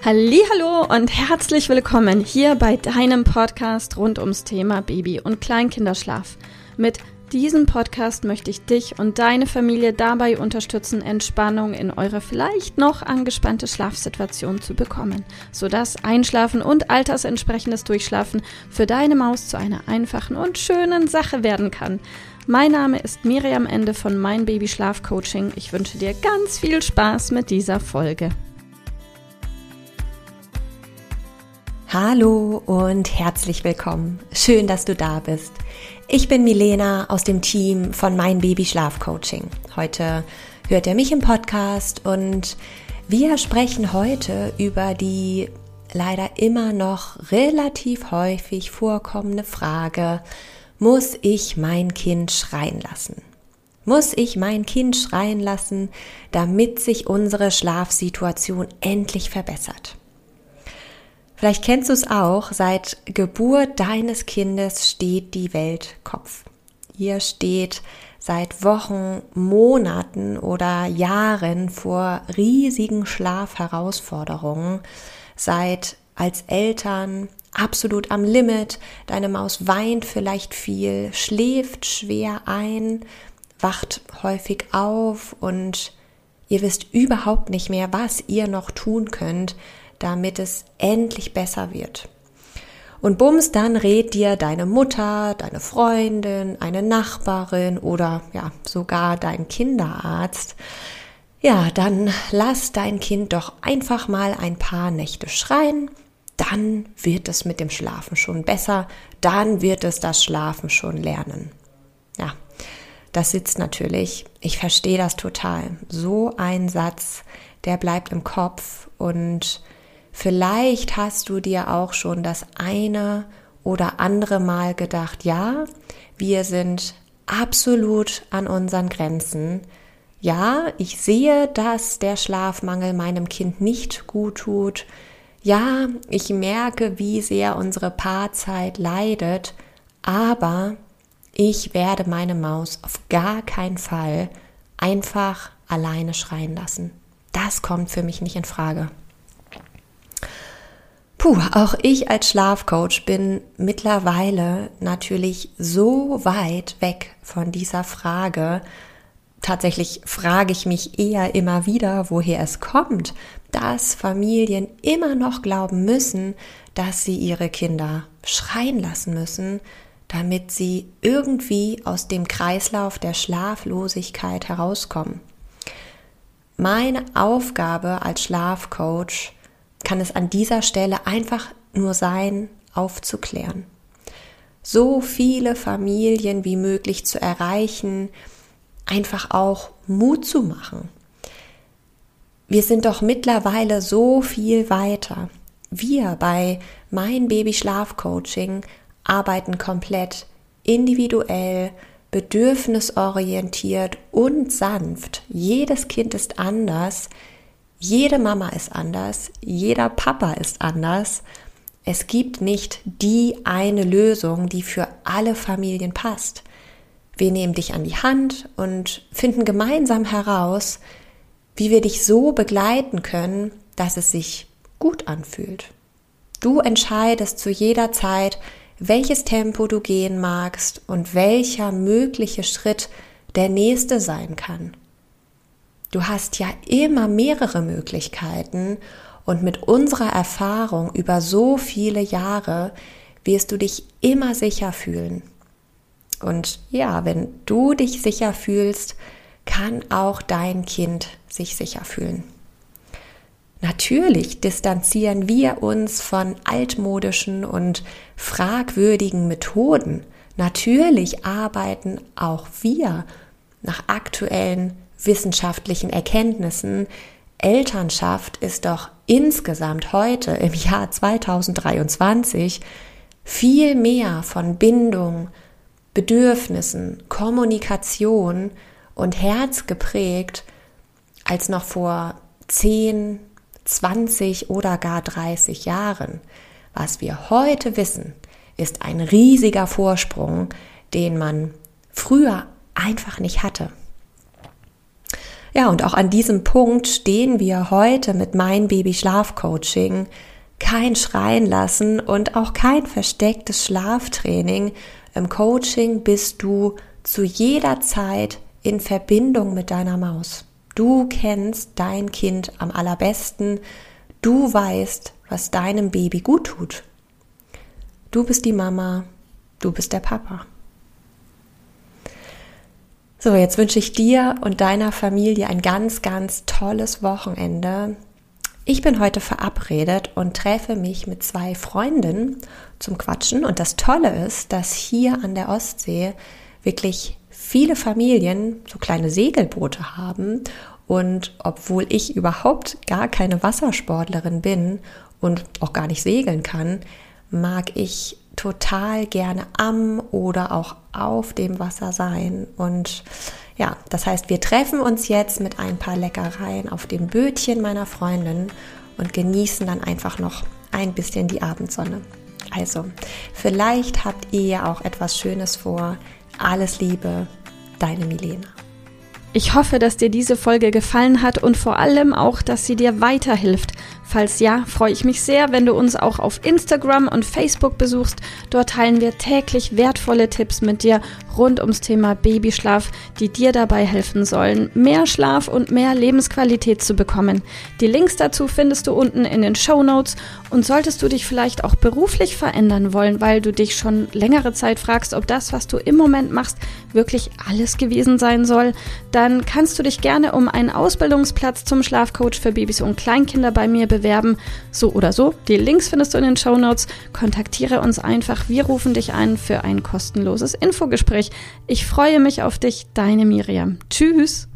Hallihallo und herzlich willkommen hier bei deinem Podcast rund ums Thema Baby- und Kleinkinderschlaf. Mit diesem Podcast möchte ich dich und deine Familie dabei unterstützen, Entspannung in eure vielleicht noch angespannte Schlafsituation zu bekommen, sodass Einschlafen und altersentsprechendes Durchschlafen für deine Maus zu einer einfachen und schönen Sache werden kann. Mein Name ist Miriam Ende von Mein Baby Schlaf Coaching. Ich wünsche dir ganz viel Spaß mit dieser Folge. Hallo und herzlich willkommen. Schön, dass du da bist. Ich bin Milena aus dem Team von Mein Baby Schlaf Coaching. Heute hört ihr mich im Podcast und wir sprechen heute über die leider immer noch relativ häufig vorkommende Frage: Muss ich mein Kind schreien lassen? Muss ich mein Kind schreien lassen, damit sich unsere Schlafsituation endlich verbessert? Vielleicht kennst du es auch, seit Geburt deines Kindes steht die Welt Kopf. Ihr steht seit Wochen, Monaten oder Jahren vor riesigen Schlafherausforderungen, seid als Eltern absolut am Limit, deine Maus weint vielleicht viel, schläft schwer ein, wacht häufig auf und ihr wisst überhaupt nicht mehr, was ihr noch tun könnt, damit es endlich besser wird. Und bums, dann rät dir deine Mutter, deine Freundin, eine Nachbarin oder ja sogar dein Kinderarzt: Ja, dann lass dein Kind doch einfach mal ein paar Nächte schreien, dann wird es mit dem Schlafen schon besser, dann wird es das Schlafen schon lernen. Ja, das sitzt natürlich, ich verstehe das total. So ein Satz, der bleibt im Kopf und vielleicht hast du dir auch schon das eine oder andere Mal gedacht, ja, wir sind absolut an unseren Grenzen. Ja, ich sehe, dass der Schlafmangel meinem Kind nicht gut tut. Ja, ich merke, wie sehr unsere Paarzeit leidet, aber ich werde meine Maus auf gar keinen Fall einfach alleine schreien lassen. Das kommt für mich nicht in Frage. Auch ich als Schlafcoach bin mittlerweile natürlich so weit weg von dieser Frage. Tatsächlich frage ich mich eher immer wieder, woher es kommt, dass Familien immer noch glauben müssen, dass sie ihre Kinder schreien lassen müssen, damit sie irgendwie aus dem Kreislauf der Schlaflosigkeit herauskommen. Meine Aufgabe als Schlafcoach kann es an dieser Stelle einfach nur sein, aufzuklären. So viele Familien wie möglich zu erreichen, einfach auch Mut zu machen. Wir sind doch mittlerweile so viel weiter. Wir bei Mein Baby Schlaf Coaching arbeiten komplett individuell, bedürfnisorientiert und sanft. Jedes Kind ist anders. Jede Mama ist anders, jeder Papa ist anders. Es gibt nicht die eine Lösung, die für alle Familien passt. Wir nehmen dich an die Hand und finden gemeinsam heraus, wie wir dich so begleiten können, dass es sich gut anfühlt. Du entscheidest zu jeder Zeit, welches Tempo du gehen magst und welcher mögliche Schritt der nächste sein kann. Du hast ja immer mehrere Möglichkeiten und mit unserer Erfahrung über so viele Jahre wirst du dich immer sicher fühlen. Und ja, wenn du dich sicher fühlst, kann auch dein Kind sich sicher fühlen. Natürlich distanzieren wir uns von altmodischen und fragwürdigen Methoden. Natürlich arbeiten auch wir nach aktuellen wissenschaftlichen Erkenntnissen. Elternschaft ist doch insgesamt heute im Jahr 2023 viel mehr von Bindung, Bedürfnissen, Kommunikation und Herz geprägt als noch vor 10, 20 oder gar 30 Jahren. Was wir heute wissen, ist ein riesiger Vorsprung, den man früher einfach nicht hatte. Ja, und auch an diesem Punkt stehen wir heute mit Mein Baby Schlafcoaching. Kein Schreien lassen und auch kein verstecktes Schlaftraining. Im Coaching bist du zu jeder Zeit in Verbindung mit deiner Maus. Du kennst dein Kind am allerbesten. Du weißt, was deinem Baby gut tut. Du bist die Mama, du bist der Papa. So, jetzt wünsche ich dir und deiner Familie ein ganz, ganz tolles Wochenende. Ich bin heute verabredet und treffe mich mit 2 Freundinnen zum Quatschen. Und das Tolle ist, dass hier an der Ostsee wirklich viele Familien so kleine Segelboote haben. Und obwohl ich überhaupt gar keine Wassersportlerin bin und auch gar nicht segeln kann, mag ich total gerne am oder auch auf dem Wasser sein. Und ja, das heißt, wir treffen uns jetzt mit ein paar Leckereien auf dem Bötchen meiner Freundin und genießen dann einfach noch ein bisschen die Abendsonne. Also, vielleicht habt ihr ja auch etwas Schönes vor. Alles Liebe, deine Milena. Ich hoffe, dass dir diese Folge gefallen hat und vor allem auch, dass sie dir weiterhilft. Falls ja, freue ich mich sehr, wenn du uns auch auf Instagram und Facebook besuchst. Dort teilen wir täglich wertvolle Tipps mit dir rund ums Thema Babyschlaf, die dir dabei helfen sollen, mehr Schlaf und mehr Lebensqualität zu bekommen. Die Links dazu findest du unten in den Shownotes. Und solltest du dich vielleicht auch beruflich verändern wollen, weil du dich schon längere Zeit fragst, ob das, was du im Moment machst, wirklich alles gewesen sein soll, dann kannst du dich gerne um einen Ausbildungsplatz zum Schlafcoach für Babys und Kleinkinder bei mir bewerben. So oder so, die Links findest du in den Shownotes. Kontaktiere uns einfach, wir rufen dich ein für ein kostenloses Infogespräch. Ich freue mich auf dich, deine Miriam. Tschüss!